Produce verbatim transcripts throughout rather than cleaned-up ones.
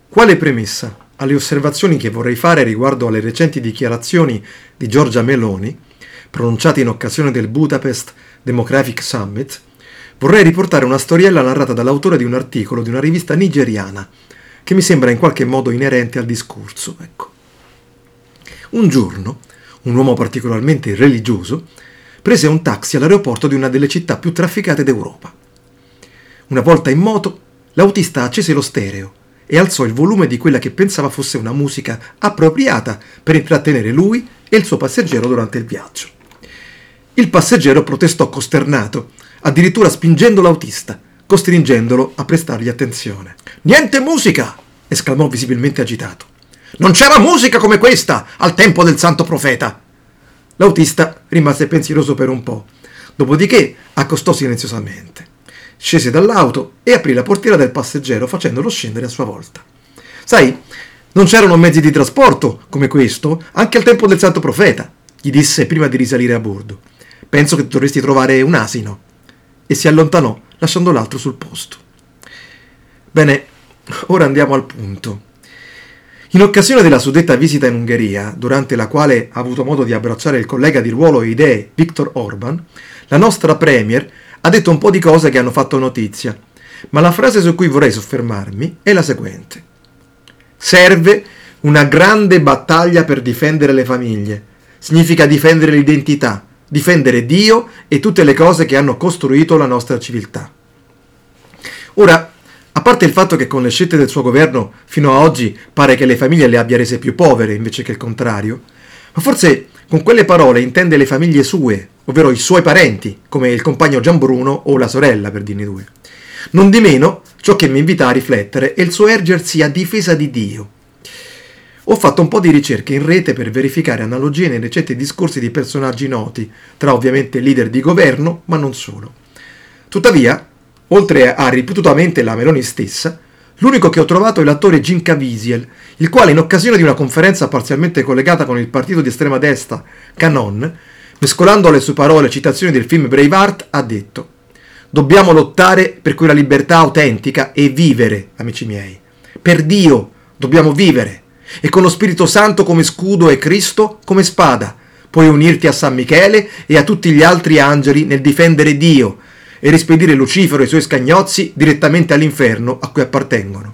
Quale premessa alle osservazioni che vorrei fare riguardo alle recenti dichiarazioni di Giorgia Meloni, pronunciate in occasione del Budapest Demographic Summit, vorrei riportare una storiella narrata dall'autore di un articolo di una rivista nigeriana che mi sembra in qualche modo inerente al discorso. Ecco. Un giorno, un uomo particolarmente religioso prese un taxi all'aeroporto di una delle città più trafficate d'Europa. Una volta in moto, l'autista accese lo stereo e alzò il volume di quella che pensava fosse una musica appropriata per intrattenere lui e il suo passeggero durante il viaggio. Il passeggero protestò costernato, addirittura spingendo l'autista, costringendolo a prestargli attenzione. «Niente musica!» esclamò visibilmente agitato. «Non c'era musica come questa al tempo del santo profeta!» L'autista rimase pensieroso per un po', dopodiché accostò silenziosamente. Scese dall'auto e aprì la portiera del passeggero facendolo scendere a sua volta. «Sai, non c'erano mezzi di trasporto come questo anche al tempo del santo profeta», gli disse prima di risalire a bordo. «Penso che dovresti trovare un asino». E si allontanò, lasciando l'altro sul posto. Bene, ora andiamo al punto. In occasione della suddetta visita in Ungheria, durante la quale ha avuto modo di abbracciare il collega di ruolo e idee Viktor Orban, la nostra Premier ha detto un po' di cose che hanno fatto notizia, ma la frase su cui vorrei soffermarmi è la seguente. Serve una grande battaglia per difendere le famiglie. Significa difendere l'identità, difendere Dio e tutte le cose che hanno costruito la nostra civiltà. Ora, a parte il fatto che con le scelte del suo governo fino a oggi pare che le famiglie le abbia rese più povere invece che il contrario, ma forse con quelle parole intende le famiglie sue, ovvero i suoi parenti, come il compagno Gianbruno o la sorella, per dirne due. Non di meno, ciò che mi invita a riflettere è il suo ergersi a difesa di Dio. Ho fatto un po' di ricerche in rete per verificare analogie nei recenti discorsi di personaggi noti, tra ovviamente leader di governo, ma non solo. Tuttavia, oltre a ripetutamente la Meloni stessa, l'unico che ho trovato è l'attore Jim Caviezel, il quale in occasione di una conferenza parzialmente collegata con il partito di estrema destra Canon, mescolando alle sue parole citazioni del film Braveheart, ha detto: «Dobbiamo lottare per quella libertà autentica e vivere, amici miei. Per Dio dobbiamo vivere. E con lo Spirito Santo come scudo e Cristo come spada puoi unirti a San Michele e a tutti gli altri angeli nel difendere Dio e rispedire Lucifero e i suoi scagnozzi direttamente all'inferno a cui appartengono».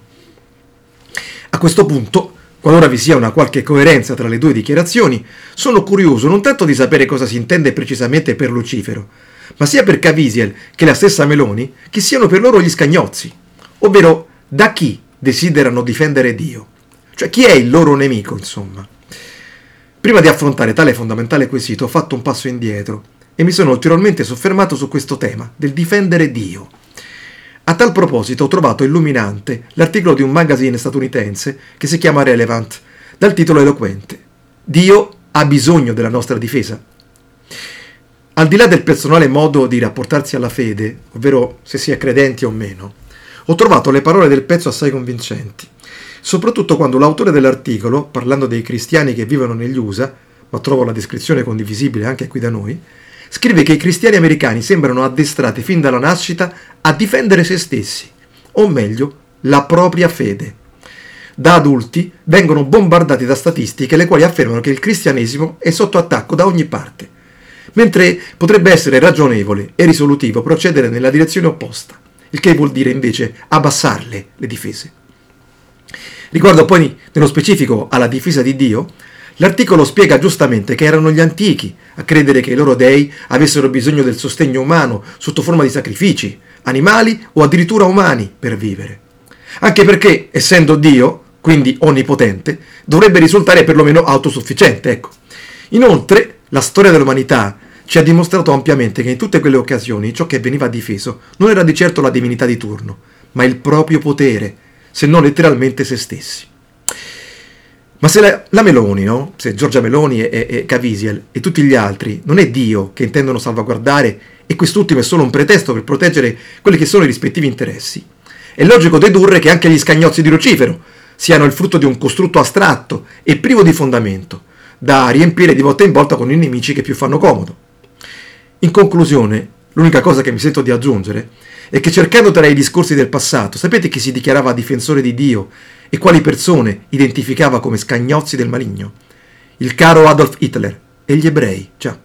A questo punto, qualora vi sia una qualche coerenza tra le due dichiarazioni, sono curioso non tanto di sapere cosa si intende precisamente per Lucifero, ma sia per Caviezel che la stessa Meloni, chi siano per loro gli scagnozzi, ovvero da chi desiderano difendere Dio. Cioè, chi è il loro nemico, insomma? Prima di affrontare tale fondamentale quesito ho fatto un passo indietro e mi sono ulteriormente soffermato su questo tema del difendere Dio. A tal proposito ho trovato illuminante l'articolo di un magazine statunitense che si chiama Relevant, dal titolo eloquente: «Dio ha bisogno della nostra difesa». Al di là del personale modo di rapportarsi alla fede, ovvero se si è credenti o meno, ho trovato le parole del pezzo assai convincenti, soprattutto quando l'autore dell'articolo, parlando dei cristiani che vivono negli U S A, ma trovo la descrizione condivisibile anche qui da noi, scrive che i cristiani americani sembrano addestrati fin dalla nascita a difendere se stessi, o meglio, la propria fede. Da adulti vengono bombardati da statistiche le quali affermano che il cristianesimo è sotto attacco da ogni parte, mentre potrebbe essere ragionevole e risolutivo procedere nella direzione opposta, il che vuol dire invece abbassarle le difese. Riguardo poi nello specifico alla difesa di Dio, l'articolo spiega giustamente che erano gli antichi a credere che i loro dei avessero bisogno del sostegno umano sotto forma di sacrifici, animali o addirittura umani per vivere. Anche perché, essendo Dio, quindi onnipotente, dovrebbe risultare perlomeno autosufficiente, ecco. Inoltre, la storia dell'umanità ci ha dimostrato ampiamente che in tutte quelle occasioni ciò che veniva difeso non era di certo la divinità di turno, ma il proprio potere, se non letteralmente se stessi. Ma se la, la Meloni, no? Se Giorgia Meloni e, e, e Caviezel e tutti gli altri non è Dio che intendono salvaguardare e quest'ultimo è solo un pretesto per proteggere quelli che sono i rispettivi interessi, è logico dedurre che anche gli scagnozzi di Lucifero siano il frutto di un costrutto astratto e privo di fondamento, da riempire di volta in volta con i nemici che più fanno comodo. In conclusione, l'unica cosa che mi sento di aggiungere è che cercando tra i discorsi del passato, sapete chi si dichiarava difensore di Dio E quali persone identificava come scagnozzi del maligno? Il caro Adolf Hitler e gli ebrei, già.